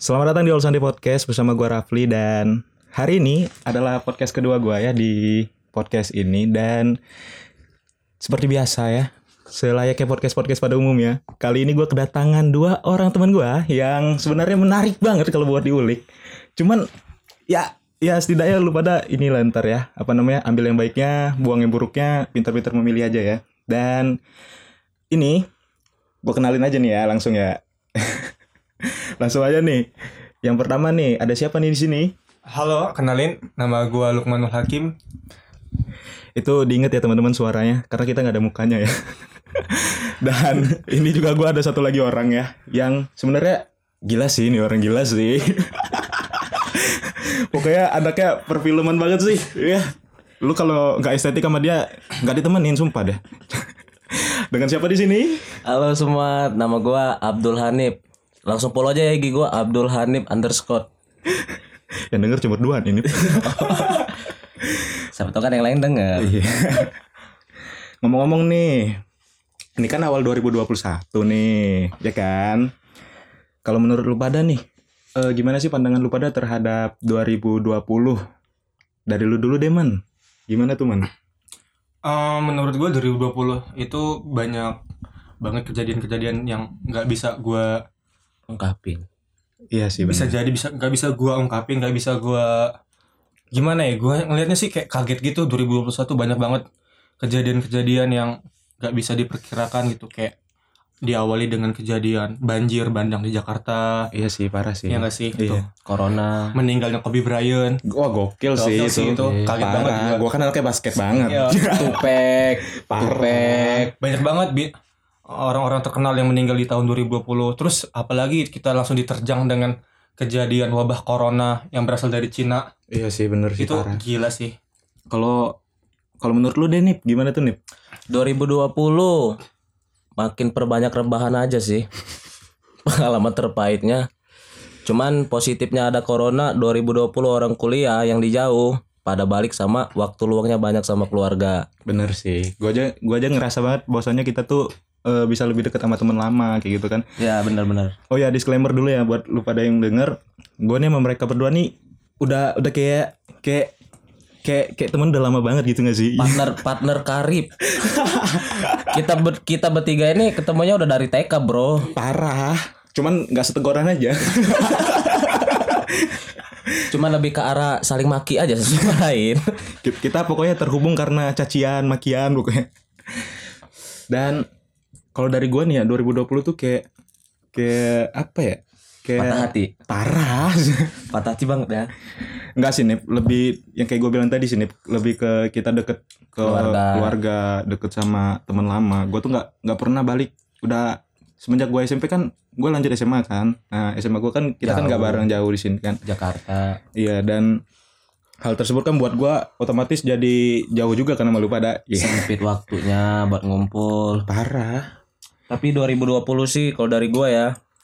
Selamat datang di All Sunday Podcast bersama gue Rafli, dan hari ini adalah podcast kedua gue ya di podcast ini. Dan seperti biasa ya, selayaknya podcast-podcast pada umumnya, kali ini gue kedatangan dua orang teman gue yang sebenarnya menarik banget kalau buat diulik. Cuman ya setidaknya lu pada inilah ntar ya, ambil yang baiknya, buang yang buruknya, pintar-pintar memilih aja ya. Dan ini gue kenalin aja nih ya, langsung ya. Langsung aja nih. Yang pertama nih, ada siapa nih di sini? Halo, kenalin, nama gue Lukmanul Hakim. Itu diinget ya teman-teman suaranya, karena kita nggak ada mukanya ya. Dan ini juga gue ada satu lagi orang ya, yang sebenarnya gila sih, ini orang gila sih. Pokoknya anaknya perfilman banget sih. Ya, lu kalau nggak estetik sama dia nggak ditemenin, sumpah deh. Dengan siapa di sini? Halo semua, nama gue Abdul Hanif. Langsung follow aja ya IG gue Abdul Hanif _ Yang denger cuma dua ini. Siapa tau kan yang lain denger. Iya. Ngomong-ngomong nih, ini kan awal 2021 nih, ya kan? Kalau menurut lu pada nih, gimana sih pandangan lu pada terhadap 2020? Dari lu dulu deh, Man. Gimana tuh, Man? Menurut gue 2020 itu banyak banget kejadian-kejadian yang nggak bisa gue Ungkapin. Iya sih, bener. nggak bisa gue ungkapin, nggak bisa gue gimana ya, gue ngelihatnya sih kayak kaget gitu. 2021 banyak banget kejadian-kejadian yang nggak bisa diperkirakan gitu, kayak diawali dengan kejadian banjir bandang di Jakarta. Iya sih, parah sih. Iya nggak sih? Iya. Tuh. Corona. Meninggalnya Kobe Bryant. Wah, gokil sih itu. Kaget Parah. banget juga. Gua kan anaknya basket banget. Iya. Tupek. Banyak banget orang-orang terkenal yang meninggal di tahun 2020. Terus apalagi kita langsung diterjang dengan kejadian wabah corona yang berasal dari Cina. Iya sih, bener sih, Itu parah. gila sih. Kalau menurut lu deh, Nip, gimana tuh, Nip? 2020 makin perbanyak rebahan aja sih. Pengalaman terpahitnya. Cuman positifnya ada corona, 2020 orang kuliah yang di jauh pada balik sama waktu luangnya banyak sama keluarga. Bener sih. Gua aja ngerasa banget bahwasannya kita tuh bisa lebih dekat sama teman lama kayak gitu kan. Ya benar-benar. Oh ya, disclaimer dulu ya buat lu pada yang denger. Gue nih sama mereka berdua nih udah kayak temen udah lama banget gitu gak sih? Partner karib. Kita bertiga ini ketemunya udah dari TK, bro. Parah. Cuman gak seteguran aja. Cuma lebih ke arah saling maki aja sama lain. Kita pokoknya terhubung karena cacian, makian pokoknya. Dan kalau dari gue nih ya, 2020 tuh kayak apa ya? Kayak Patah hati. Parah. Patah hati banget ya. Enggak sih, Nip. Lebih yang kayak gue bilang tadi sih, Nip. Lebih ke kita deket ke keluarga, deket sama teman lama. Gue tuh nggak pernah balik. Udah semenjak gue SMP kan, gue lanjut SMA kan. Nah, SMA gue kan kita kan nggak bareng jauh di sini kan. Jakarta. Iya, dan hal tersebut kan buat gue otomatis jadi jauh juga karena malu pada. Iya. Sempit waktunya buat ngumpul. Parah. Tapi 2020 sih kalau dari gua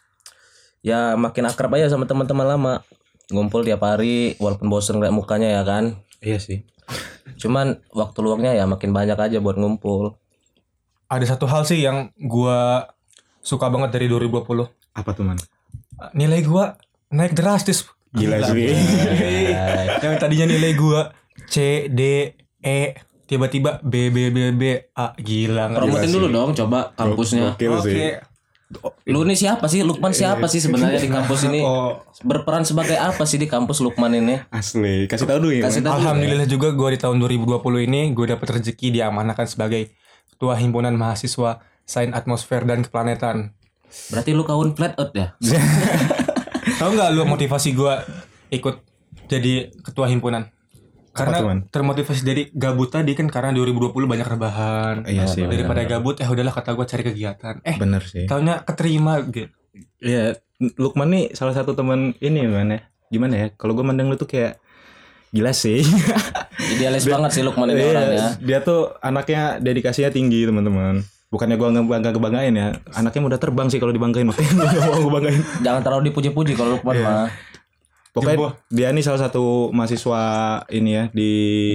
ya makin akrab aja sama teman-teman lama. Ngumpul tiap hari walaupun bosen ngeliat mukanya ya kan. Iya sih. Cuman waktu luangnya ya makin banyak aja buat ngumpul. Ada satu hal sih yang gue suka banget dari 2020. Apa tuh, Man? Nilai gue naik drastis. Gila sih. Yang tadinya nilai gue C, D, E, tiba-tiba B, A. Gila. Promotin dulu dong coba kampusnya. Gokil sih. Oke. Lu nih siapa sih? Lukman siapa sih sebenarnya di kampus ini? Berperan sebagai apa sih di kampus Lukman ini? Asli. Kasih tahu dulu ya. Kasih tahu. Alhamdulillah juga gue di tahun 2020 ini gue dapat rezeki diamanahkan sebagai ketua himpunan mahasiswa Sains Atmosfer dan Keplanetan. Berarti lu kawan flat earth ya? Tahu nggak lu motivasi gue ikut jadi ketua himpunan? Karena tuh, Man? termotivasi dari gabut tadi kan, karena 2020 banyak rebahan. Iya sih, Daripada gabut, udahlah kata gue cari kegiatan. Bener sih. Taunya keterima gitu. Iya, Lukman nih salah satu teman ini mana? Gimana ya? Kalau gue mandang lu tuh kayak gila sih. Idealis banget sih Lukman ini orangnya. Dia tuh anaknya dedikasinya tinggi, teman-teman. Bukannya gue nggak kebanggain ya. Anaknya mudah terbang sih kalau dibanggain. Makanya gue nggak mau gue banggain. Jangan terlalu dipuji-puji kalau Lukman mah. Pokoknya dia nih salah satu mahasiswa ini ya di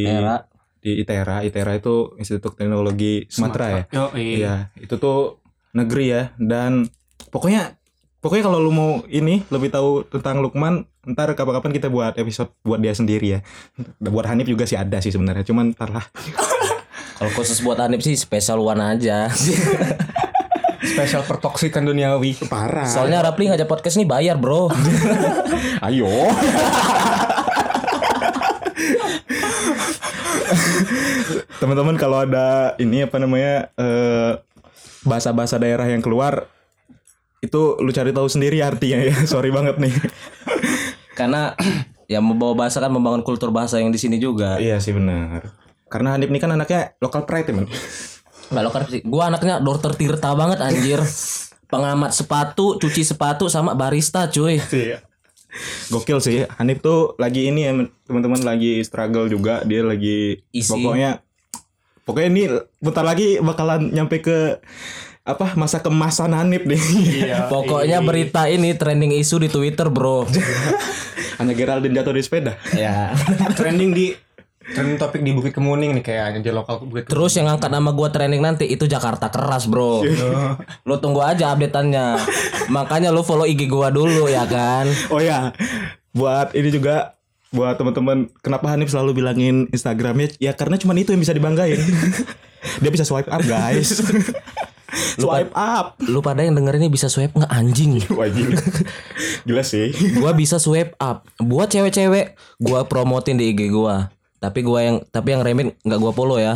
ITERA. ITERA itu Institut Teknologi Sumatera ya. Iya. Itu tuh negeri ya, dan pokoknya Pokoknya kalau lu mau ini lebih tahu tentang Lukman, ntar kapan-kapan kita buat episode buat dia sendiri ya. Buat Hanif juga sih ada sih sebenarnya, cuman ntar lah. Kalau khusus buat Hanif sih special one aja. Spesial pertoksikan duniawi. Parah. Soalnya Rapli ngajak podcast nih bayar, bro. Ayo. Teman-teman kalau ada ini apa namanya bahasa-bahasa daerah yang keluar itu lu cari tahu sendiri artinya ya. Sorry banget nih. Karena ya membawa bahasa kan membangun kultur bahasa yang di sini juga. Iya sih benar. Karena Hanif ini kan anaknya local pride teman. Enggak lokal sih. Gua anaknya Dokter Tirta banget anjir. Pengamat sepatu, cuci sepatu sama barista, cuy. Iya. Gokil sih. Hanif tuh lagi ini ya teman-teman, lagi struggle juga. Dia lagi Isi. Pokoknya ini bentar lagi bakalan nyampe ke apa masa kemasan Hanif nih. Iya. Pokoknya berita ini trending isu di Twitter, bro. Anak Geraldine jatuh di sepeda. Ya. Trending topik di Bukit Kemuning nih kayaknya di lokal Bukit Kemuning. Terus yang angkat nama gua trending nanti itu Jakarta Keras, bro. Lu tunggu aja update-annya. Makanya lu follow IG gua dulu ya kan. Oh ya, buat ini juga buat teman-teman, kenapa Hanif selalu bilangin Instagramnya? Ya karena cuma itu yang bisa dibanggain. Dia bisa swipe up, guys. Swipe up. Lu pada yang denger ini bisa swipe nggak anjing? Wah gila. Gila sih. Gua bisa swipe up. Buat cewek-cewek, gua promotin di IG gua. Tapi yang remit nggak gua follow ya.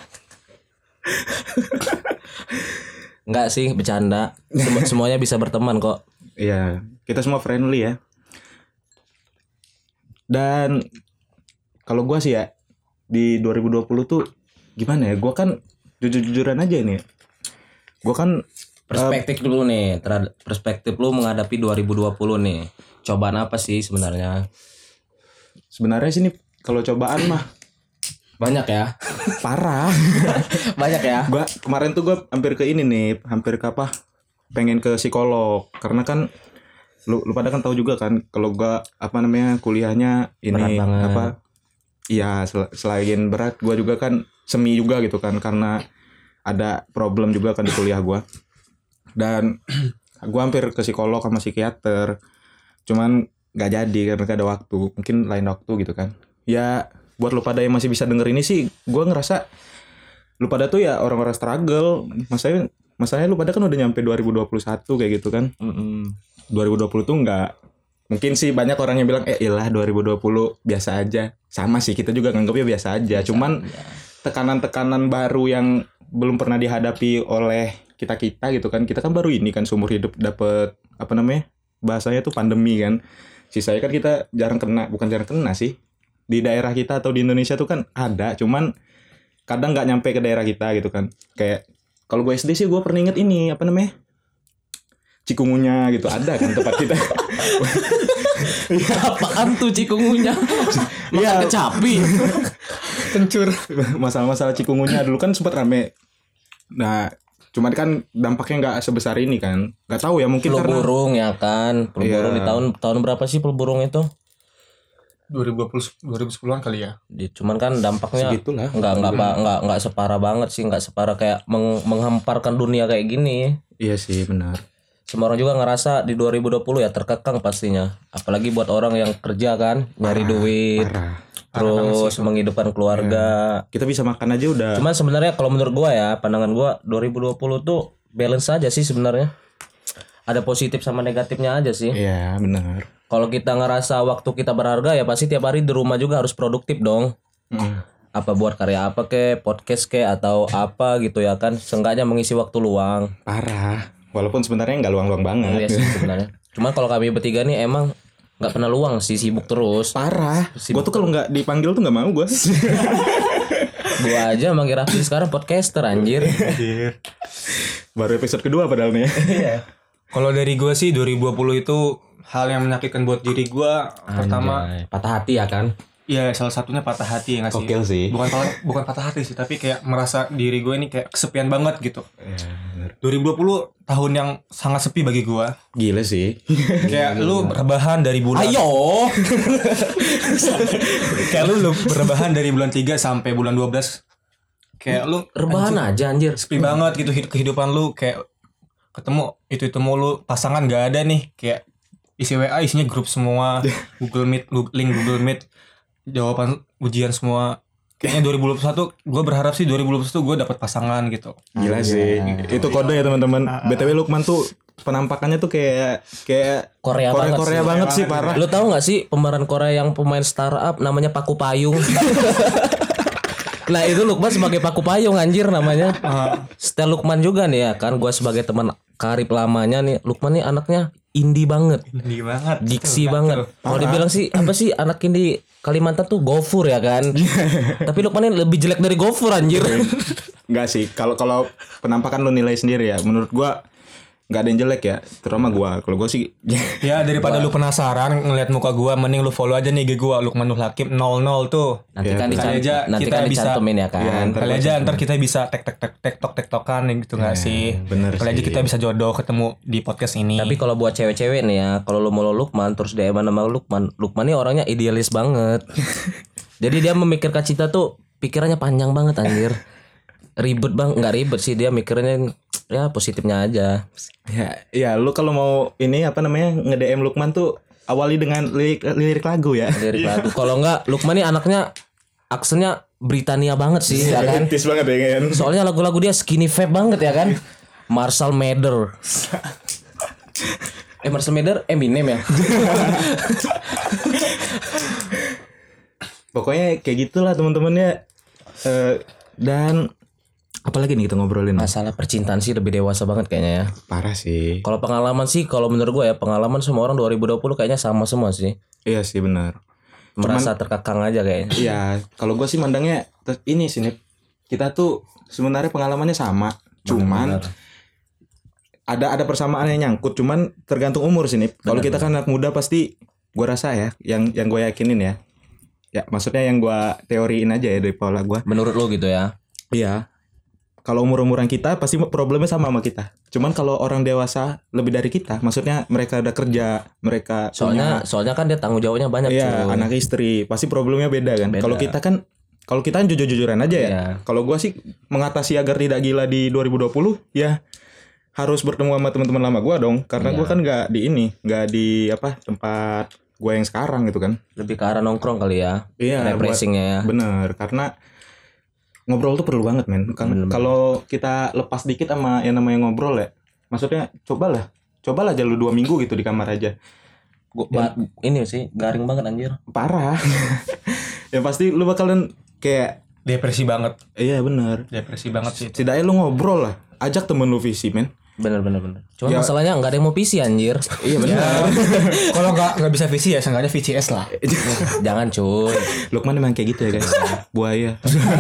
Nggak sih, bercanda. Semuanya bisa berteman kok. Iya, kita semua friendly ya. Dan kalau gua sih ya di 2020 tuh gimana ya? Gua kan jujur-jujuran aja ini ya. Gua kan Perspektif dulu nih, perspektif lu menghadapi 2020 nih. Cobaan apa sih sebenarnya? sebenarnya sih nih kalau cobaan mah Banyak ya. parah. Banyak ya. Gua kemarin tuh gua hampir ke ini nih, hampir ke apa? Pengen ke psikolog karena kan lu pada kan tahu juga kan kalau gua apa namanya kuliahnya ini Berat banget. apa? Iya, selain berat gua juga kan semi juga gitu kan karena ada problem juga kan di kuliah gua. Dan gua hampir ke psikolog sama psikiater. Cuman nggak jadi karena gak ada waktu. Mungkin lain waktu gitu kan. Ya buat lu pada yang masih bisa denger ini sih, gua ngerasa lu pada tuh ya orang-orang struggle. Masalahnya lu pada kan udah nyampe 2021 kayak gitu kan. 2020 tuh nggak, mungkin sih banyak orang yang bilang ilah 2020 biasa aja. Sama sih kita juga nganggapnya biasa aja. Cuman tekanan-tekanan baru yang belum pernah dihadapi oleh kita gitu kan. Kita kan baru ini kan seumur hidup dapet apa namanya bahasanya tuh pandemi kan. Sisanya kan kita bukan jarang kena sih. Di daerah kita atau di Indonesia tuh kan ada, cuman kadang nggak nyampe ke daerah kita gitu kan. Kayak kalau gue SD sih gue pernah inget ini apa namanya Cikungunya gitu, ada kan tempat kita. Apaan tuh cikungunya? Makan kecapi. Kencur. Masalah-masalah Cikungunya dulu kan sempat rame. Nah, cuman kan dampaknya nggak sebesar ini kan. Nggak tahu ya, mungkin Flu karena burung ya kan. Flu Iya. burung di tahun berapa sih flu burung itu? 2010-an kali ya. Cuman kan dampaknya segitulah. nggak separah banget sih, nggak separah kayak menghamparkan dunia kayak gini. Iya sih, benar. Semua orang juga ngerasa di 2020 ya terkekang pastinya. Apalagi buat orang yang kerja kan, nyari duit, Parah. terus menghidupkan keluarga. Kita bisa makan aja udah. Cuman sebenarnya kalau menurut gua ya, pandangan gua 2020 tuh balance aja sih sebenarnya. Ada positif sama negatifnya aja sih. Iya, benar. Kalau kita ngerasa waktu kita berharga ya pasti tiap hari di rumah juga harus produktif dong. Apa buat karya apa podcast atau apa gitu ya kan. Seenggaknya mengisi waktu luang. Parah. Walaupun sebenarnya nggak luang-luang banget. Iya sih sebenarnya. Cuman kalau kami bertiga nih emang nggak pernah luang sih, sibuk terus. Parah. Gue tuh kalau nggak dipanggil tuh nggak mau gue. Gua aja manggil Raffi sekarang podcaster anjir. Baru episode kedua padahal nih. Kalau dari gue sih 2020 itu hal yang menyakitkan buat diri gue. Pertama, Anjay, patah hati ya kan. ya salah satunya patah hati ya nggak sih? Gokil sih. Bukan patah hati sih, tapi kayak merasa diri gue ini kayak kesepian banget gitu. Iya, benar. 2020 tahun yang sangat sepi bagi gue. Gila sih. Kayak lu rebahan dari bulan. Ayo. Kayak lu rebahan dari bulan 3 sampai bulan 12. Kayak lu Rebahan aja anjir. sepi banget gitu kehidupan lu, kayak ketemu itu mulu, pasangan nggak ada nih, kayak isi WA isinya grup semua, Google Meet, link Google Meet, jawaban ujian semua. Kayaknya 2021 gue berharap sih 2021 gue dapat pasangan gitu. Gila sih. Itu kode ya teman-teman. BTW Lukman tuh penampakannya tuh kayak Korea banget sih parah. Lu tahu nggak sih pemeran Korea yang pemain startup namanya Paku Payung? Nah itu Lukman sebagai Paku Payung anjir namanya. Setel Lukman juga nih ya kan, gue sebagai teman karib lamanya nih, Lukman nih anaknya indie banget, diksi banget. Kalau dibilang sih apa sih anak indie Kalimantan tuh Gofur ya kan. Tapi Lukman ini lebih jelek dari Gofur anjir. Enggak sih, kalau penampakan lu nilai sendiri ya. Menurut gua enggak ada yang jelek ya, terutama gua. Kalau gua sih ya daripada lu penasaran ngeliat muka gua, mending lu follow aja nih IG gua Lukman Nur Hakim 00 tuh. Nanti kan kita dicantumin ya kan. Kali aja ntar kita bisa tektokan gitu nggak sih? Bener Kali aja kita bisa jodoh ketemu di podcast ini. Tapi kalau buat cewek-cewek nih ya, kalau lu mau Lukman terus DM nama Lukman nih orangnya idealis banget. Jadi dia memikirkan cinta tuh pikirannya panjang banget anjir. Ribet bang, nggak ribet sih, dia mikirnya ya positifnya aja. Ya lu kalau mau ini apa namanya nge-DM Lukman tuh awali dengan lirik lagu ya. Lirik lagu. Kalau enggak Lukman nih anaknya aksennya Britania banget sih ya kan. Tis banget ya kan. Soalnya lagu-lagu dia skinny fat banget ya kan. Marshall Mathers. Marshall Mathers Eminem ya. Pokoknya kayak gitulah teman-teman ya. Dan apalagi nih kita ngobrolin? Masalah percintaan sih lebih dewasa banget kayaknya ya. Parah sih. Kalau pengalaman sih, kalau menurut gue ya pengalaman semua orang 2020 kayaknya sama semua sih. Iya sih benar. Merasa terkekang aja kayaknya. Iya, kalau gue sih mandangnya ini sih nih. Kita tuh sebenarnya pengalamannya sama, cuman ada persamaan yang nyangkut, cuman tergantung umur sih nih. Kalau kita kan anak muda pasti gue rasa ya, yang gue yakinin ya. Ya, maksudnya yang gue teoriin aja ya dari pola gue. Menurut lo gitu ya. Iya. Kalau umur-umuran kita pasti problemnya sama kita. Cuman kalau orang dewasa lebih dari kita, maksudnya mereka udah kerja, mereka soalnya kan dia tanggung jawabnya banyak. Iya, anak istri, pasti problemnya beda kan. Kalau kita kan jujur-jujuran aja ya. Iya. Kalau gua sih mengatasi agar tidak gila di 2020 ya harus bertemu sama teman-teman lama gua dong, karena gua kan nggak di tempat gua yang sekarang gitu kan. Lebih ke arah nongkrong kali ya. Iya, refreshingnya ya. Bener, karena ngobrol tuh perlu banget men. Kalau kita lepas dikit sama yang namanya ngobrol ya, maksudnya cobalah aja lu 2 minggu gitu di kamar aja. Ini sih garing banget anjir. Parah. Ya pasti lu bakalan kayak depresi banget. Iya benar. Depresi banget sih. Setidaknya lu ngobrol lah, ajak temen lu visi men. Bener. Cuma masalahnya nggak ada yang mau visi anjir. Iya benar. Kalau nggak bisa visi ya, seenggaknya VCS lah. Jangan cuy. Lukman emang kayak gitu ya guys. Buaya.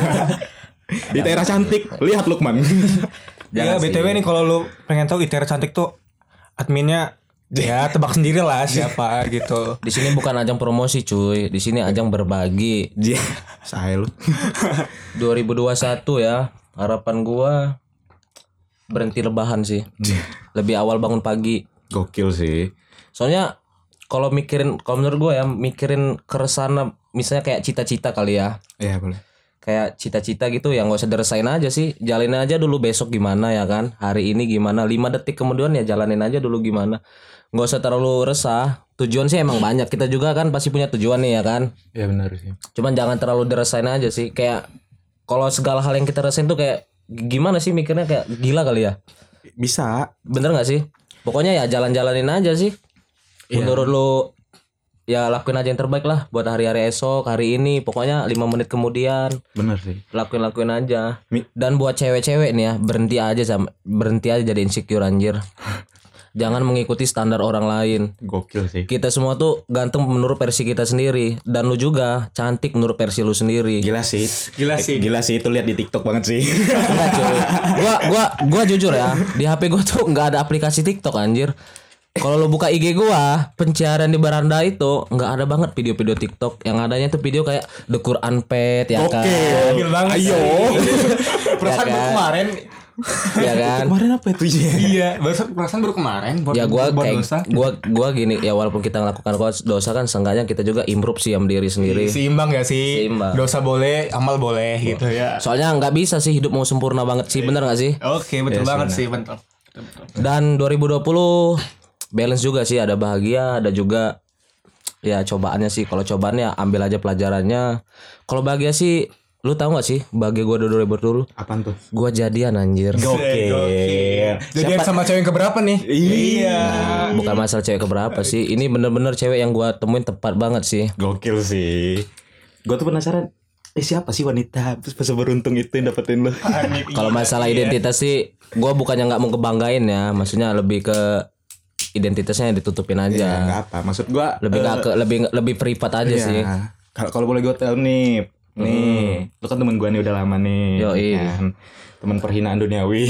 Di Tera Cantik, lihat Lukman. Ya BTW nih kalau lu pengen tahu Itera Cantik tuh adminnya ya tebak sendiri lah siapa gitu. Di sini bukan ajang promosi cuy, di sini ajang berbagi. Saya lu. 2021 ya, harapan gua berhenti rebahan sih. Lebih awal bangun pagi. Gokil sih. Soalnya kalau menurut gua ya mikirin keresahan misalnya kayak cita-cita kali ya. Iya boleh. Kayak cita-cita gitu ya nggak usah diresain aja sih, jalanin aja dulu besok gimana ya kan, hari ini gimana, 5 detik kemudian ya jalanin aja dulu gimana, nggak usah terlalu resah. Tujuan sih emang banyak, kita juga kan pasti punya tujuan nih ya kan. Iya benar sih. Cuman jangan terlalu diresain aja sih, kayak kalau segala hal yang kita rasain tuh kayak gimana sih mikirnya, kayak gila kali ya. Bisa. Bener nggak sih? Pokoknya ya jalan-jalanin aja sih. Menurut lu ya lakuin aja yang terbaik lah buat hari-hari esok, hari ini, pokoknya 5 menit kemudian. Bener sih. Lakuin aja. Dan buat cewek-cewek nih ya, berhenti aja jadi insecure anjir. Jangan mengikuti standar orang lain. Gokil sih. Kita semua tuh ganteng menurut versi kita sendiri, dan lu juga cantik menurut versi lu sendiri. Gila sih itu lihat di TikTok banget sih. Enggak cuy. Gua jujur ya, di HP gua tuh enggak ada aplikasi TikTok anjir. Kalau lo buka IG gua, pencarian di beranda itu nggak ada banget video-video TikTok. Yang adanya tuh video kayak The Quran Pet ya kan. Oke, gokil banget. Ayo. Perasaan baru kemarin. Ya kan. Kemarin apa itu ya? Iya, perasaan baru kemarin. Ya gua kayak gua gini ya, walaupun kita melakukan dosa kan seenggaknya kita juga improve sih sama diri sendiri. Seimbang ya sih. Seimbang. Dosa boleh, amal boleh gitu ya. Soalnya nggak bisa sih hidup mau sempurna banget sih, bener nggak sih? Oke, betul banget sih, betul. Dan 2020 balance juga sih, ada bahagia, ada juga ya cobaannya sih. Kalau cobaannya ambil aja pelajarannya. Kalau bahagia sih, lu tahu gak sih bahagia gue 2020? Apaan tuh? Gue jadian anjir. Gokil. Jadian sama cewek yang keberapa nih? Iya. Bukan masalah cewek keberapa sih. Ini bener-bener cewek yang gue temuin tepat banget sih. Gokil sih. Gue tuh penasaran. Siapa sih wanita terus beruntung itu yang dapetin lo? Kalau masalah identitas sih, gue bukannya nggak mau kebanggain ya. Maksudnya lebih ke identitasnya yang ditutupin aja. Ya nggak apa. Maksud gue lebih privat aja sih. Kalau boleh gue tahu nih, lu kan temen gue nih udah lama nih. Yoi. Kan? Temen perhinaan duniawi.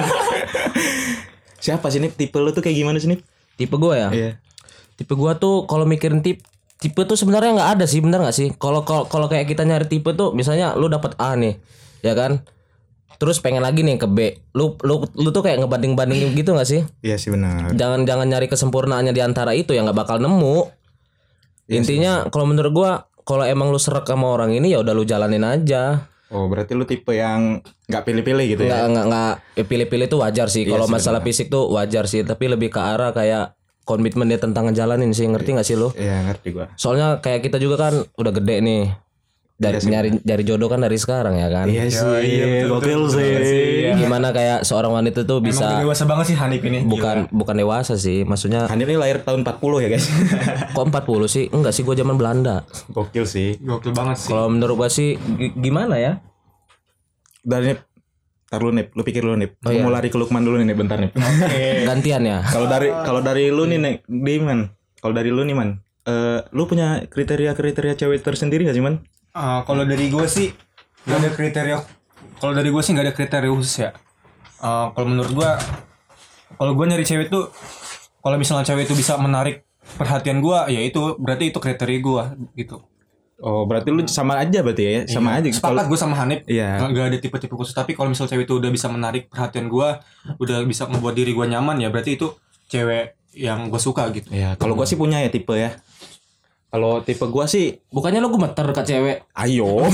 Siapa sih Nip? Tipe lu tuh kayak gimana sih Nip? Tipe gue ya. Iya. Tipe gue tuh kalau mikirin tipe tuh sebenarnya nggak ada sih, bener nggak sih? Kalau kayak kita nyari tipe tuh, misalnya lu dapat A nih, ya kan? Terus pengen lagi nih ke B. Lu tuh kayak ngebanding-bandingin gitu nggak sih? Iya sih benar. Jangan nyari kesempurnaannya di antara itu, ya nggak bakal nemu. Intinya kalau menurut gue, kalau emang lu serak sama orang ini ya udah lu jalanin aja. Oh berarti lu tipe yang nggak pilih-pilih gitu ya? Nggak ya pilih-pilih tuh wajar sih. Iya Kalau sih, masalah fisik tuh wajar sih, tapi lebih ke arah kayak komitmen dia tentang ngejalanin sih, ngerti nggak sih lu? Iya ngerti gua. Soalnya kayak kita juga kan udah gede nih. Dari nyari jodoh kan dari sekarang ya kan. Iya sih, gokil sih. Gimana kayak seorang wanita tuh Emang bisa dewasa banget sih Hanif ini. bukan dewasa sih, maksudnya Hanif ini lahir tahun 40 ya guys. kok 40 sih? Enggak sih, gue zaman Belanda. Gokil sih. Gokil banget sih. Kalau menurut gua sih gimana ya? Dari Nip, tar lu Nip, lu pikir lu Nip. Oh, Gua iya. mau lari ke Lukman dulu nih bentar Nip. Gantian ya. Kalau dari lu nih Nek, Man. Kalau dari lu nih Man, lu punya kriteria cewek tersendiri gak sih Man? Kalau dari gue sih nggak ada kriteria. Kalau dari gue sih nggak ada kriteria khusus ya. Kalau menurut gue, kalau gue nyari cewek tuh, kalau misalnya cewek itu bisa menarik perhatian gue, ya itu berarti itu kriteria gue gitu. Oh berarti lu sama aja berarti ya? Sama aja. Sepakat gue sama Hanif. Iya. Nggak ada tipe-tipe khusus. Tapi kalau misalnya cewek itu udah bisa menarik perhatian gue, udah bisa membuat diri gue nyaman, ya berarti itu cewek yang gue suka gitu. Ya kalau gua sih punya ya tipe ya. Kalau tipe gua sih, Bukannya lu gemeter dekat cewek? ayo.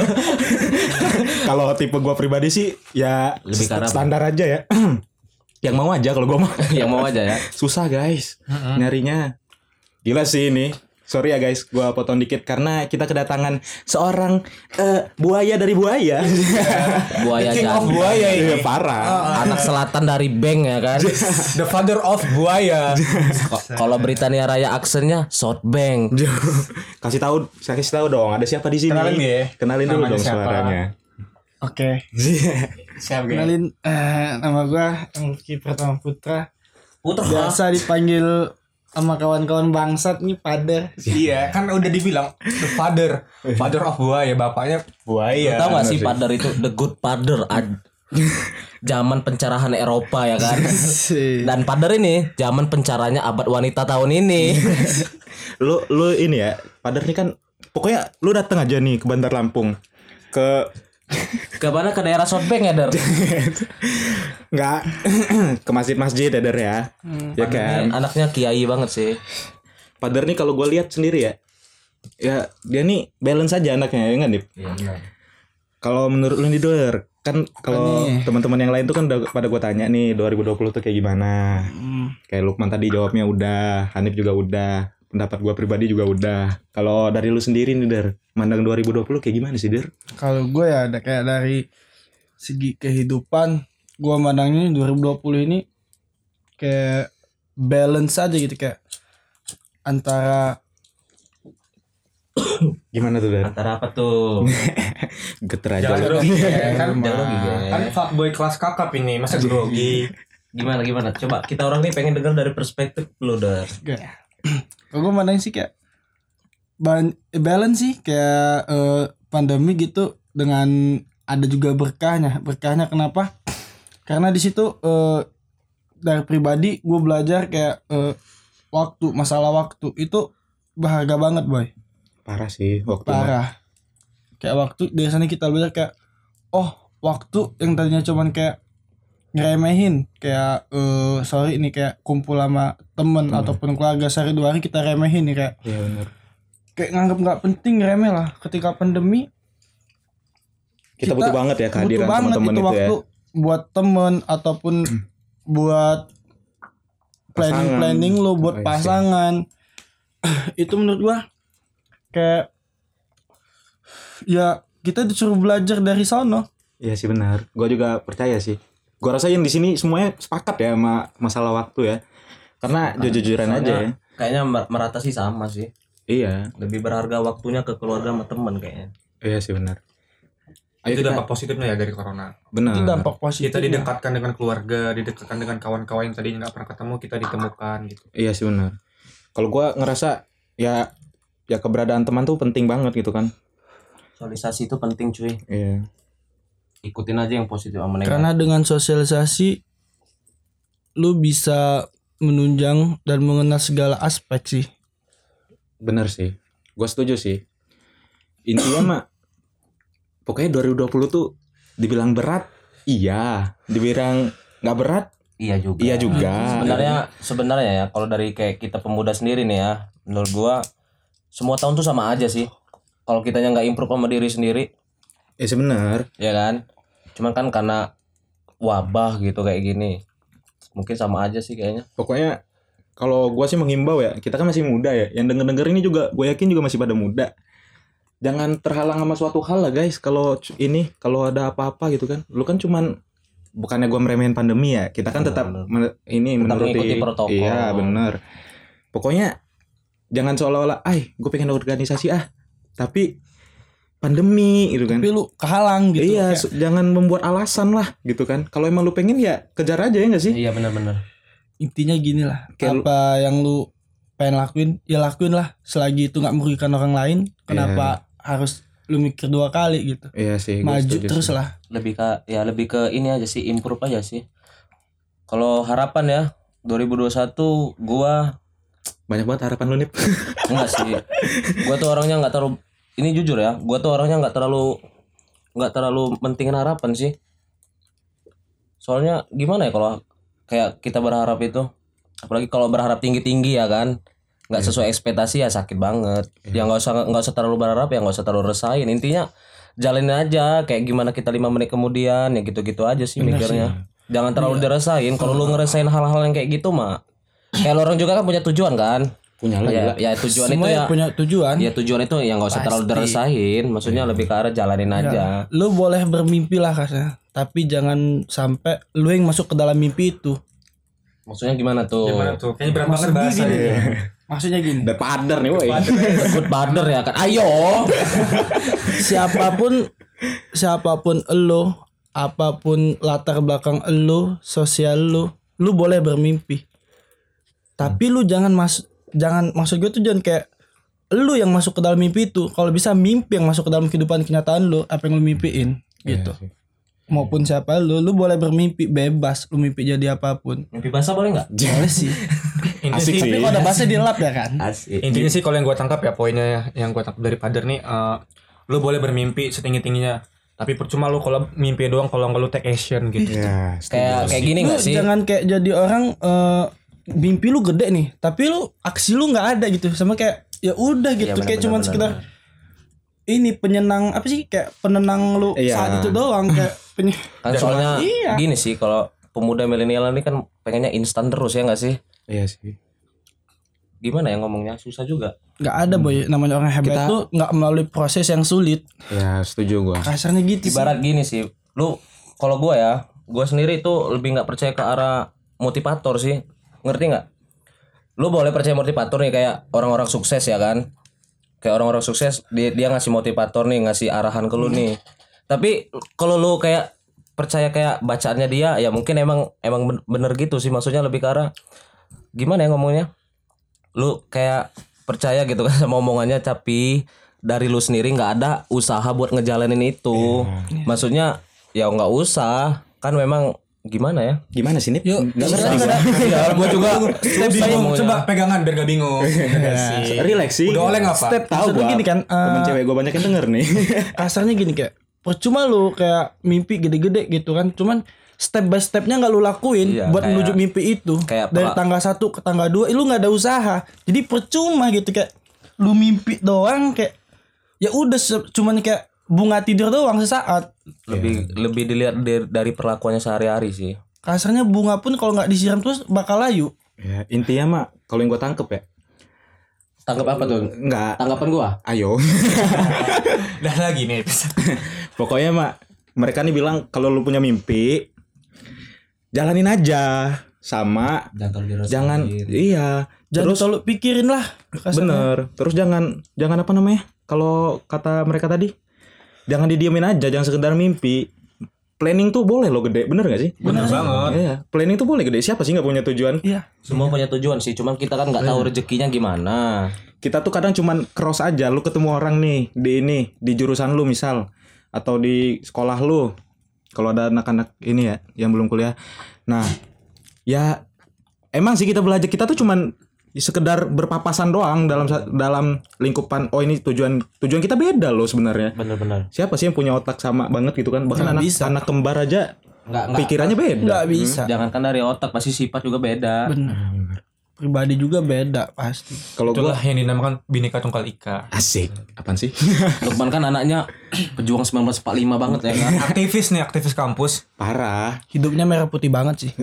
Kalau tipe gua pribadi sih ya Lebih ke arah apa? standar aja ya. Yang mau aja kalau gua mah. Yang mau aja ya. Susah guys nyarinya. Gila sih ini. Sorry ya guys, gua potong dikit karena kita kedatangan seorang buaya dari buaya. Buaya King of jantan. buaya Iya ini. parah. Anak selatan dari Beng ya kan. The father of buaya. Kalau Britania Raya aksennya South Bank. Saya kasih tahu dong, ada siapa di sini? Kenalin ya. Kenalin dulu Namanya dong siapa? suaranya. Oke, Siap guys. kenalin nama gua Rifki Pratama Putra. Putra. Biasa dipanggil sama kawan-kawan bangsat nih Pader. Iya, kan udah dibilang the father of buaya, bapaknya buaya. Tahu gak sih Pader itu The Good Pader zaman pencerahan Eropa ya kan. Dan Pader ini zaman pencaranya abad wanita tahun ini. Lu ini ya, Pader nih kan pokoknya lu datang aja nih ke Bandar Lampung. Ke Ke mana, ke daerah South Bank ya Der? Enggak ke masjid-masjid ya Der ya. Ya kan. Anaknya kiai banget sih. Pader nih kalau gue lihat sendiri ya. Ya dia nih balance aja anaknya ya enggak Dip? Iya benar. Kalau menurut lu nih Der, kan kalau nih? teman-teman yang lain tuh kan udah pada gue tanya nih 2020 tuh kayak gimana. Kayak Lukman tadi jawabnya udah, Hanif juga udah, pendapat gue pribadi juga udah. Kalau dari lu sendiri nih Der, mandang 2020 kayak gimana sih Der? Kalau gue ya ada kayak dari segi kehidupan, gue mandangnya 2020 ini kayak balance aja gitu, kayak antara Gimana tuh Der? Antara apa tuh? Geter aja Jangan lu. grogi ya, kan grogi, ya. kan fuckboy kelas kakap ini, masa grogi. Gimana? Coba kita orang nih pengen dengar dari perspektif lu Der. kalau gue mandangnya sih kayak balance sih, kayak pandemi gitu, dengan ada juga berkahnya. Berkahnya kenapa? Karena di situ dari pribadi gue belajar kayak masalah waktu itu berharga banget boy, Parah sih waktu mah. parah. Kayak waktu dari sana kita belajar kayak, oh waktu yang tadinya cuman kayak ngeremehin, kayak sorry ini kayak kumpul sama temen ataupun keluarga sehari 2 hari kita remehin nih, kayak Iya benar. kayak nganggap nggak penting, remeh lah. Ketika pandemi Kita butuh banget ya kehadiran butuh banget teman-teman itu itu ya. waktu buat temen ataupun buat planning lu buat Oh, iya sih. pasangan. Itu menurut gua kayak ya kita disuruh belajar dari sono. Iya sih benar. Gue juga percaya sih. Gue rasa yang di sini semuanya sepakat ya sama masalah waktu ya. Karena jujur-jujuran aja ya. Kayaknya merata sih sama sih. Iya. Lebih berharga waktunya ke keluarga sama teman kayaknya. Iya sih benar. Itu dampak positifnya ya dari corona. Benar. Itu dampak positif. Kita didekatkan dengan keluarga, didekatkan dengan kawan-kawan yang tadinya nggak pernah ketemu, kita ditemukan gitu. Iya sih benar. Kalau gue ngerasa ya keberadaan teman tuh penting banget gitu kan. Sosialisasi itu penting cuy. Iya. Ikutin aja yang positif sama negatif. Karena dengan sosialisasi lu bisa menunjang dan mengenal segala aspek sih. Benar sih. Gue setuju sih. Intinya mah pokoknya 2020 tuh dibilang berat, iya. Dibilang nggak berat, Iya juga. iya juga. Sebenarnya ya kalau dari kayak kita pemuda sendiri nih ya, menurut gua semua tahun tuh sama aja sih. Kalau kitanya nggak improve sama diri sendiri, Ya sebenar. ya kan? Cuman kan karena wabah gitu kayak gini, mungkin sama aja sih kayaknya. Pokoknya kalau gue sih menghimbau ya, kita kan masih muda ya. Yang denger-denger ini juga gue yakin juga masih pada muda. Jangan terhalang sama suatu hal lah guys. Kalau ada apa-apa gitu kan, lu kan cuman bukannya gue meremehin pandemi ya. Kita kan tetap menuruti mengikuti protokol. Iya benar. Pokoknya jangan seolah-olah, gue pengen organisasi tapi pandemi gitu kan. Tapi lu kehalang gitu. Iya, Kayak, jangan membuat alasan lah gitu kan. Kalau emang lu pengen ya kejar aja ya nggak sih? Iya benar-benar. intinya gini lah. Kayak Apa yang lu pengen lakuin, ya lakuin lah. Selagi itu nggak merugikan orang lain, kenapa harus lu mikir 2 kali gitu. Iya sih. gua Maju setuju terus sih. lah. Lebih ke ini aja sih, improve aja sih. Kalau harapan ya 2021 gua Banyak banget harapan lu nih. enggak sih. Gua tuh orangnya enggak terlalu, ini jujur ya, gua tuh orangnya enggak terlalu mentingin harapan sih. Soalnya gimana ya kalau kayak kita berharap itu, apalagi kalau berharap tinggi-tinggi ya kan, nggak sesuai ekspektasi ya sakit banget. Ya nggak usah terlalu berharap, ya nggak usah terlalu resahin. Intinya jalanin aja kayak gimana kita 5 menit kemudian, ya gitu-gitu aja sih mikirnya. Jangan terlalu dirasain. Kalau lu ngerasain hal-hal yang kayak gitu mah, kayak orang juga kan punya tujuan kan. Punya lah gila. Ya tujuan Semua itu ya. punya tujuan. Ya tujuan itu yang nggak usah terlalu dirasain. Maksudnya lebih ke arah jalanin aja. Lu boleh bermimpi lah kasnya, tapi jangan sampai lu yang masuk ke dalam mimpi itu. Maksudnya gimana tuh? Gimana tuh? Kayaknya berat banget bahasa gini. ya. Maksudnya gini, Udah padar nih woi. Good partner ya kan. Ayo. siapapun elu, apapun latar belakang elu, sosial lu boleh bermimpi. Tapi lu jangan maksud gue tuh jangan kayak lu yang masuk ke dalam mimpi itu. Kalau bisa mimpi yang masuk ke dalam kehidupan kenyataan lu, apa yang lu mimpiin gitu. Maupun siapa lu boleh bermimpi bebas, lu mimpi jadi apapun. Mimpi basah boleh nggak? Boleh sih. Intinya Asik sih, sih. Tapi kalau ada bahasa dilap ya kan. Asik. intinya sih kalau yang gue tangkap ya poinnya yang gue tangkap dari Pader nih, lu boleh bermimpi setinggi-tingginya, tapi percuma lu kalau mimpi doang kalau nggak lu take action gitu. Ya, Kayak gini Lu nggak sih? jangan kayak jadi orang mimpi lu gede nih, tapi lu aksi lu nggak ada gitu. Sama kayak ya udah gitu, Iya, kayak benar, cuman benar, sekedar ini penyenang apa sih, kayak penenang lu Iya. saat itu doang kayak Kan soalnya Iya. gini sih, kalau pemuda milenial ini kan pengennya instan terus ya nggak sih? Iya sih. Gimana ya ngomongnya, susah juga. nggak ada boy, namanya orang hebat Kita- tuh nggak melalui proses yang sulit. Ya setuju gua. Kasarnya gitu sih. Ibarat gini sih, lu kalau gua sendiri itu lebih nggak percaya ke arah motivator sih, ngerti nggak? Lu boleh percaya motivator nih kayak orang-orang sukses ya kan, kayak orang-orang sukses dia ngasih motivator nih, ngasih arahan ke lu nih. Tapi kalau lu kayak percaya kayak bacaannya dia, ya mungkin emang bener gitu sih, maksudnya lebih ke arah gimana ya ngomongnya, lu kayak percaya gitu kan sama omongannya, tapi dari lu sendiri nggak ada usaha buat ngejalanin itu. Maksudnya ya nggak usah, kan memang gimana ya? Gimana sih Nip? Yuk, Nggak ngerti sekarang gua. Ya, gue juga bingung. ngomongnya. Coba pegangan biar gak bingung. Relax sih. Udah oleh nggak, Pak? Step tahu Maksudnya gua. gini kan, Temen cewek gua banyak yang denger nih. kasarnya gini kayak percuma lu kayak mimpi gede-gede gitu kan, cuman step by stepnya nggak lu lakuin Iya, buat kayak- menuju mimpi itu. kayak Dari tangga 1 ke tangga 2 lu nggak ada usaha, jadi percuma gitu, kayak lu mimpi doang, kayak ya udah cuman kayak bunga tidur doang sesaat. Lebih dilihat dari perlakuannya sehari-hari sih. Kasarnya bunga pun kalau nggak disiram terus bakal layu. Ya, intinya mah kalau yang gue tangkep ya. Tangkap apa tuh? Enggak. Tanggapan gua. Ayo. Dah lagi nih. Pokoknya mak mereka nih bilang kalau lu punya mimpi jalanin aja sama jangan iya Jangan terus terlalu pikirin lah. Kasarnya. bener terus jangan apa namanya kalau kata mereka tadi jangan didiemin aja jangan sekedar mimpi. Planning tuh boleh lo gede, bener gak sih? Bener banget. Iya, planning tuh boleh gede. Siapa sih nggak punya tujuan? Iya. Semua punya tujuan sih, cuman kita kan nggak tahu rezekinya gimana. Kita tuh kadang cuman cross aja. Lu ketemu orang nih di jurusan lu misal atau di sekolah lu. Kalau ada anak-anak ini ya yang belum kuliah. Nah, ya emang sih kita belajar kita tuh cuman sekedar berpapasan doang dalam lingkupan. Oh ini tujuan kita beda loh sebenarnya. Bener-bener. Siapa sih yang punya otak sama banget gitu kan? Bahkan anak kembar aja Nggak. pikirannya beda. Nggak bisa. Jangankan dari otak, pasti sifat juga beda. Bener. Pribadi juga beda pasti. Kalau Itulah gua yang dinamakan Bhinneka Tunggal Ika. asik. Apaan sih? Lukman kan anaknya pejuang 1945 banget ya kan. Aktivis kampus. Parah. Hidupnya merah putih banget sih.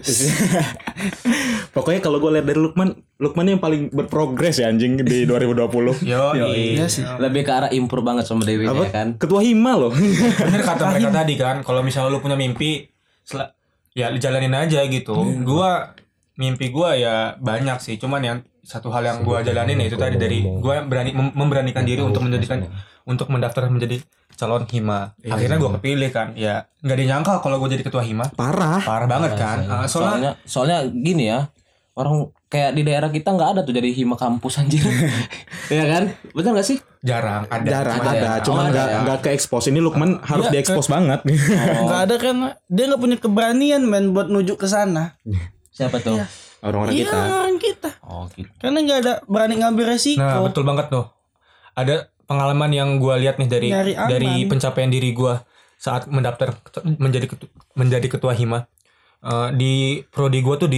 Pokoknya kalau gue lihat dari Lukman yang paling berprogres ya anjing di 2020. Iya sih. Lebih ke arah impor banget sama Dewi Apa? ya kan. Ketua Hima loh. Bener kata mereka tadi kan, kalau misalnya lu punya mimpi, ya jalanin aja gitu. Mimpi gua ya banyak sih, cuman yang satu hal yang gua jalanin ya itu tadi dari gua memberanikan diri untuk mendaftar menjadi calon Hima. Akhirnya gua kepilih kan. Ya nggak dinyangka kalau gua jadi ketua Hima. Parah. Parah banget kan. Soalnya gini ya. Orang kayak di daerah kita nggak ada tuh jadi hima kampus anjir. Iya kan? Betul nggak sih? jarang Jarang Cuman ada, cuman nggak ke expose. Ini Lukman harus diekspos banget. Nggak ada kan dia nggak punya keberanian men buat nuju ke sana. Siapa tuh? Orang-orang Iya kita. orang kita. Oh gitu. Karena nggak ada berani ngambil resiko. Nah betul banget tuh. Ada pengalaman yang gue lihat nih Nyari aman. dari pencapaian diri gue saat mendaftar menjadi ketua Hima. Di prodi gue tuh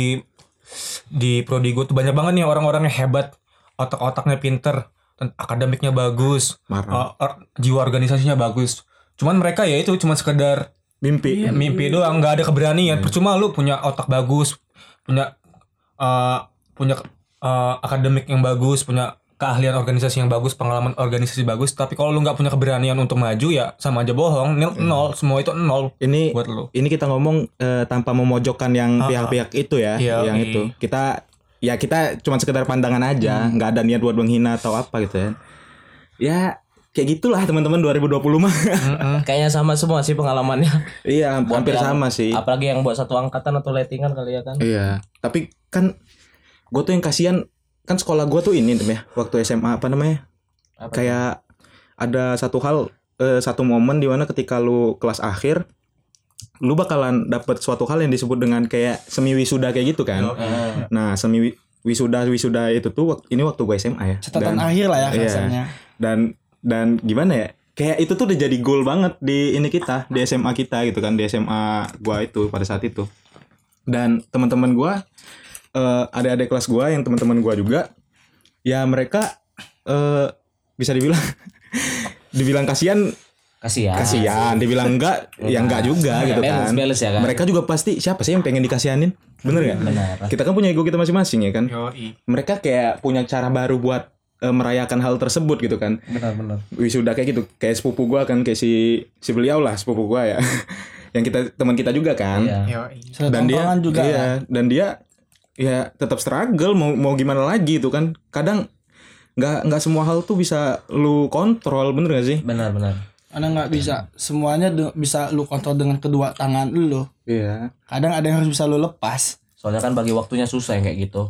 di prodi gue tuh banyak banget nih orang-orang yang hebat, otak-otaknya pinter, akademiknya bagus, jiwa organisasinya bagus. Cuman mereka ya itu cuma sekedar mimpi doang, nggak ada keberanian. Percuma lu punya otak bagus, punya akademik yang bagus, punya keahlian organisasi yang bagus, pengalaman organisasi bagus, tapi kalau lu nggak punya keberanian untuk maju ya sama aja bohong, nol, semua itu nol. Ini buat lu. Ini kita ngomong tanpa memojokkan yang pihak-pihak itu ya, yang itu. Kita cuma sekedar pandangan aja, nggak ada niat buat menghina atau apa gitu ya. Ya kayak gitulah teman-teman 2020 mah. Kayaknya sama semua sih pengalamannya. Iya, hampir sama sih. Apalagi yang buat satu angkatan atau lettingan kali ya kan. Iya, tapi kan gue tuh yang kasihan kan sekolah gue tuh ini ya waktu SMA apa namanya kayak ada satu momen di mana ketika lu kelas akhir lu bakalan dapet suatu hal yang disebut dengan kayak semi wisuda kayak gitu kan. Nah semi wisuda itu tuh ini waktu gue SMA ya. Catatan akhir lah ya kasarnya. Dan gimana ya kayak itu tuh udah jadi goal banget di ini kita di SMA kita gitu kan, di SMA gue itu pada saat itu. Dan teman-teman gue adik-adik kelas gue yang teman-teman gue juga ya mereka bisa dibilang kasihan, dibilang enggak ya enggak juga gitu kan. Ya kan. Mereka juga pasti siapa sih yang pengen dikasihanin, bener nggak? Kita kan punya ego kita masing-masing ya kan. Mereka kayak punya cara baru buat merayakan hal tersebut gitu kan. Benar. Wisuda kayak gitu, kayak sepupu gue kan, kayak si beliau lah sepupu gue ya. Yang kita teman kita juga kan. Dan dia juga dan dia ya tetap struggle mau gimana lagi itu kan. Kadang nggak semua hal tuh bisa lu kontrol, bener gak sih? Benar. Karena nggak bisa semuanya bisa lu kontrol dengan kedua tangan lu. Iya. Kadang ada yang harus bisa lu lepas. Soalnya kan bagi waktunya susah yang kayak gitu.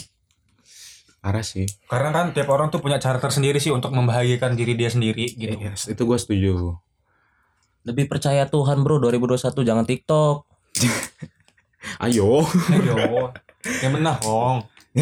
Parah sih. Karena kan tiap orang tuh punya cara tersendiri sih untuk membahagiakan diri dia sendiri gitu. Yes, itu gue setuju. Lebih percaya Tuhan bro 2021, jangan TikTok. Ayo. Yang benar Hong.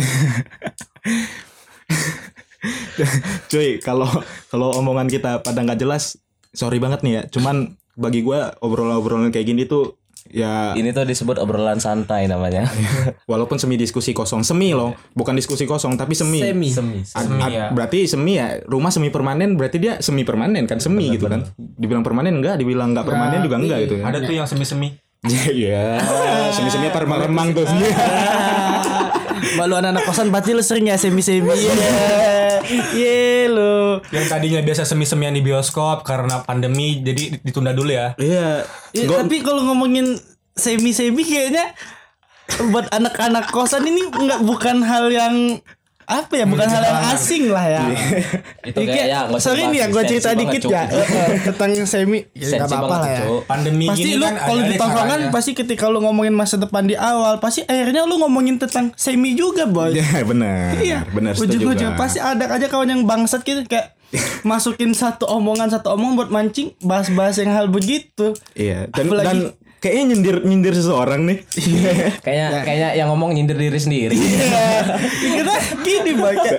Cuy, kalau omongan kita pada nggak jelas, sorry banget nih ya. Cuman bagi gue obrolan kayak gini tuh ya ini tuh disebut obrolan santai namanya. Walaupun semi diskusi kosong, loh, bukan diskusi kosong tapi semi ya. Berarti semi ya, rumah semi permanen berarti dia semi permanen kan, semi gitu kan. Dibilang permanen enggak, dibilang enggak permanen juga enggak gitu kan. Ada tuh yang semi-semi. Iya. Semi-semi apa remang-remang tuh. Malu anak kosan pasti lu sering ya semi-semi. Iya lu. Yang tadinya biasa semi-semian di bioskop karena pandemi jadi ditunda dulu ya. Iya. Ya, tapi kalau ngomongin semi-semi kayaknya buat anak-anak kosan ini bukan hal yang apa ya, bukan hal yang asing lah ya. Itu kayak ya nggak usah sorry nih ya dibahas, gue cerita sensi dikit banget, ya tentang semi ya Sensi nggak apa-apa banget, lah ya. Cuk. Pandemi Pasti gini lu kan kalau ada di tongkrongan caranya. pasti ketika lu ngomongin masa depan di awal pasti akhirnya lu ngomongin tentang semi juga boy. Ya benar. Iya, Benar setuju. ujung-ujung pasti ada aja kawan yang bangsat gitu kayak masukin satu omongan buat mancing bahas-bahas yang hal begitu. Iya. Dan Apalagi- kayaknya nyindir seseorang nih. Kayaknya yang ngomong nyindir diri sendiri. Iya, kita gini boy kayak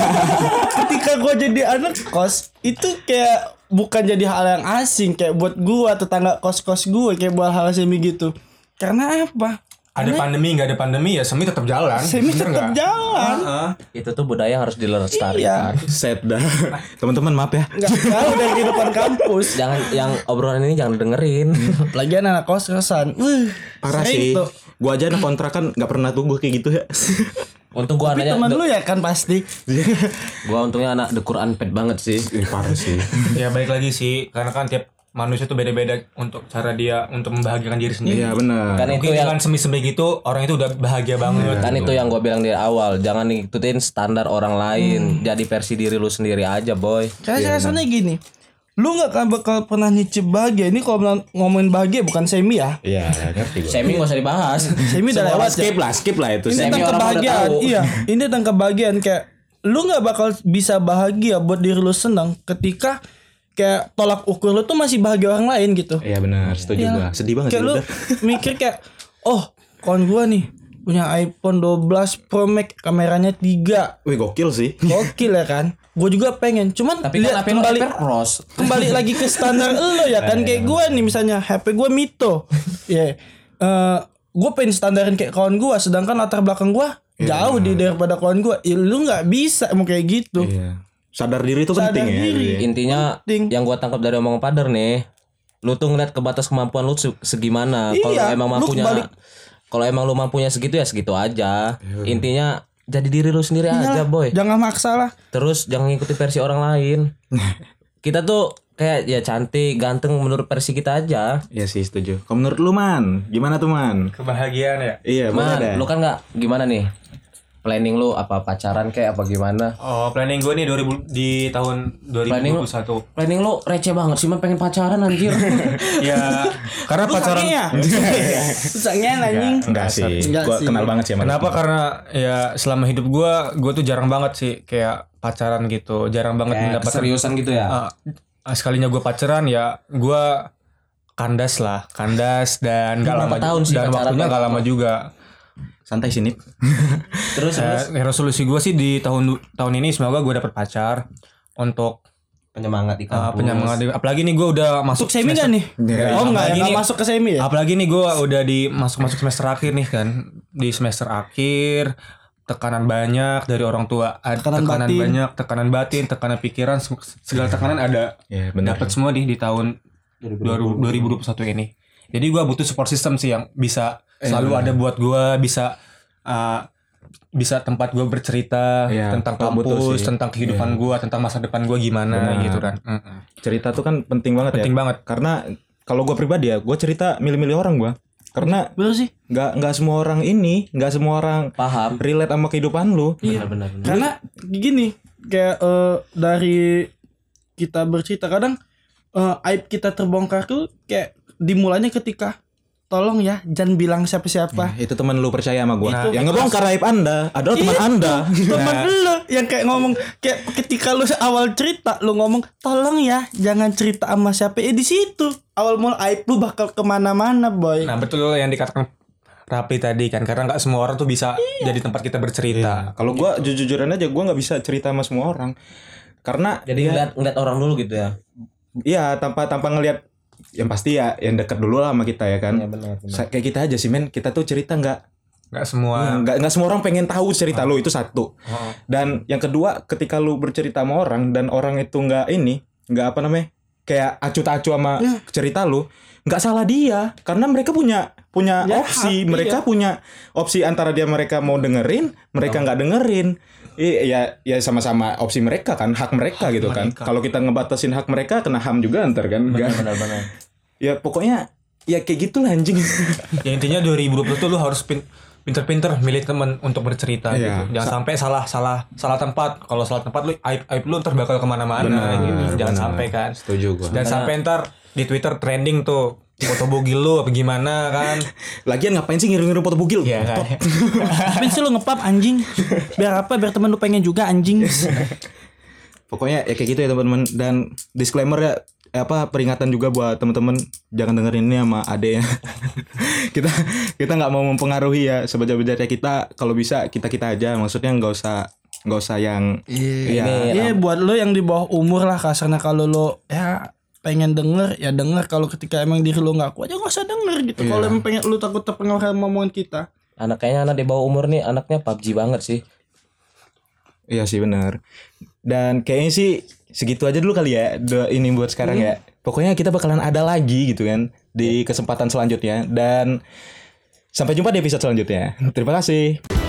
ketika gue jadi anak kos itu kayak bukan jadi hal yang asing kayak buat gue tetangga kos-kos gue kayak buat hal semi gitu. Karena apa? Ada pandemi nggak ada pandemi ya semi tetap jalan. Semi Bener tetap nggak? jalan. Itu tuh budaya yang harus dilestarikan. Iya. Set dah. Teman-teman maaf ya. Nggak jauh dari kehidupan kampus. Jangan yang obrolan ini jangan dengerin. Apalagi anak kos-kosan. Parah sering sih. tuh. Gua aja anak kontrakan nggak pernah tuh gue kayak gitu ya. Untung gua Tapi anaknya teman lu ya kan pasti. gua untungnya anak The Quran pet banget sih. Parah sih. Ya balik lagi sih karena kan tiap manusia tuh beda-beda untuk cara dia untuk membahagiakan diri sendiri. Iya benar. Kan itu Mungkin yang dengan semi-semi gitu orang itu udah bahagia banget. kan itu yang gua bilang di awal, jangan ngikutin standar orang lain. Jadi versi diri lu sendiri aja, boy. Kayak rasanya gini. Lu gak akan bakal pernah nyicip bahagia. Ini kalau ngomongin bahagia bukan semi ya. Iya, ngerti gue. Semi gak usah dibahas. Semi udah lewat ya. Skip lah itu. Ini Semi tentang orang udah kebahagiaan. tahu. Iya, ini tentang kebahagiaan kayak lu nggak bakal bisa bahagia buat diri lu senang ketika kayak tolak ukur lu tuh masih bahagia orang lain gitu. Iya benar, setuju Iya. gua. Sedih banget Kayak sih, lu udah. mikir kayak kawan gua nih punya iPhone 12 Pro Max kameranya 3. Wih gokil sih. Gokil ya kan? Gue juga pengen. Cuman Tapi kan lihat HP lu kembali Hypercross. kembali lagi ke standar lo ya kan kayak gue nih misalnya HP gue Mito ya gue pengen standarin kayak kawan gue sedangkan latar belakang gue jauh daripada kawan gue lu nggak bisa mau kayak gitu. Iya. Sadar diri itu Sadar penting ya. diri. Iya. Intinya Penting. yang gua tangkap dari omongan Pader nih, lu tuh ngeliat ke batas kemampuan lu segimana. Kalau Iya, emang lu mampunya kembali- kalau emang lu mampunya segitu ya segitu aja. Intinya jadi diri lu sendiri aja, boy. Jangan maksa lah. Terus jangan ngikuti versi orang lain. Kita tuh kayak ya cantik, ganteng menurut versi kita aja. Iya sih setuju. Kalau menurut lu Man, gimana tuh Man? Kebahagiaan ya. Iya, boleh Man, dah. lu kan nggak gimana nih? Planning lu apa pacaran kayak apa gimana? Oh, planning gue nih di tahun 2021. Planning lu receh banget sih, man pengen pacaran anjir. Ya, karena pacaran ya? Susahnya anjing. Enggak sih. Enggak Gua sih. kenal banget sih sama Kenapa? lu. Karena ya selama hidup gue tuh jarang banget sih kayak pacaran gitu, jarang banget Kayak mendapatkan keseriusan gitu ya. sekalinya gue pacaran ya gue kandas dan gak Berapa lama tahun sih dan pacaran waktunya berapa gak lama juga. Santai sini. Terus Resolusi gue sih di tahun ini semoga gue dapet pacar untuk penyemangat di kampus. penyemangat. Apalagi nih gue udah masuk Masuk semi semester- gak nih? Iya. Oh enggak ya, Apalagi enggak nih- masuk ke semi ya? Apalagi nih gue udah di masuk semester akhir nih kan. Di semester akhir tekanan banyak dari orang tua, Tekanan tekanan batin. banyak, tekanan batin, tekanan pikiran, segala tekanan ada. Iya, benar. Dapat semua di tahun 2021 ini. Jadi gue butuh support system sih yang bisa selalu ada buat gue, bisa tempat gue bercerita Iya, tentang gua butuh kampus, sih. tentang kehidupan gue, tentang masa depan gue gimana Benar. gitu kan. Cerita tuh kan penting banget Penting ya. banget. Karena kalau gue pribadi ya, gue cerita milih-milih orang gue. Karena Bener sih. nggak semua orang nggak semua orang Paham. relate sama kehidupan lu. Benar. Karena gini, kayak dari kita bercerita kadang aib kita terbongkar tuh kayak dimulainya ketika tolong ya jangan bilang siapa-siapa. Itu teman lu percaya sama gue. Itu. Yang ngebongkar aib Anda adalah teman Anda. Temen lu yang kayak ngomong kayak ketika lu awal cerita lu ngomong tolong ya jangan cerita sama siapa di situ awal mula aib lu bakal kemana-mana boy. Nah betul yang dikatakan Rapi tadi kan, karena nggak semua orang tuh bisa jadi tempat kita bercerita. Kalau gue jujur-jujuran aja gue nggak bisa cerita sama semua orang. Karena Jadi ngeliat orang dulu gitu ya. iya tanpa ngelihat yang pasti ya yang dekat dulu lah sama kita ya kan. Iya, benar. Kayak kita aja sih men, kita tuh cerita Nggak semua. nggak semua orang pengen tahu cerita lu itu satu. Dan yang kedua ketika lu bercerita sama orang dan orang itu nggak apa namanya kayak acu tak acu sama cerita lu, nggak salah dia karena mereka punya Ya, opsi, hak, mereka punya opsi antara mereka mau dengerin, mereka nggak dengerin. Ya sama-sama opsi mereka kan, hak mereka gitu kan. Kalau kita ngebatasin hak mereka kena HAM juga ntar kan. Benar. Ya pokoknya ya kayak gitulah anjing. Ya intinya 2020 tuh lu harus pinter-pinter milih teman untuk bercerita Iya. gitu. Jangan sampai salah tempat. Kalau salah tempat lu aib lu ntar bakal kemana-mana gitu. Jangan sampai kan. Setuju gua. Dan sampai ntar di Twitter trending tuh foto bugil lu apa gimana kan. Lagian ngapain sih ngirim-ngirim foto bugil? Iya kan. Tapi sih lu ngepap anjing. Biar apa? Biar temen lu pengen juga anjing. Pokoknya ya kayak gitu ya teman-teman. Dan disclaimer ya, peringatan juga buat teman-teman, jangan dengerin ini sama ade ya. kita nggak mau mempengaruhi ya sebaca-baca kita. Kalau bisa kita aja, maksudnya nggak usah yang Iya, buat lo yang di bawah umur lah kasarnya, kalau lo ya pengen denger ya denger, kalau ketika emang diri lo nggak kuat ya nggak usah denger gitu. Kalau emang pengen lo takut terpengaruh sama omongan kita. Kayaknya anak di bawah umur nih anaknya PUBG banget sih. Iya sih benar. Dan kayaknya sih segitu aja dulu kali ya ini buat sekarang ya. Pokoknya kita bakalan ada lagi gitu kan di kesempatan selanjutnya. Dan sampai jumpa di episode selanjutnya. Terima kasih.